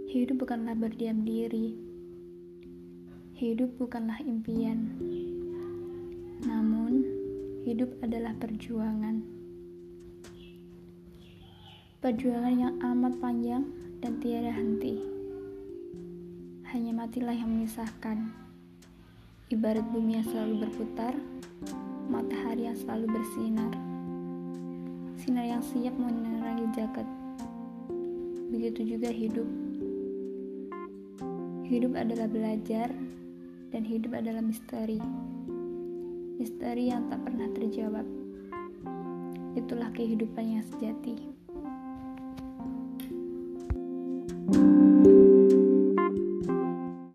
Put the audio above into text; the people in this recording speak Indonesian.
Hidup bukanlah berdiam diri. Hidup bukanlah impian. Namun, hidup adalah perjuangan. Perjuangan yang amat panjang dan tiada henti. Hanya matilah yang memisahkan. Ibarat bumi yang selalu berputar, matahari yang selalu bersinar. Sinar yang siap menerangi jagat. Begitu juga hidup. Hidup adalah belajar, dan hidup adalah misteri. Misteri yang tak pernah terjawab. Itulah kehidupan yang sejati.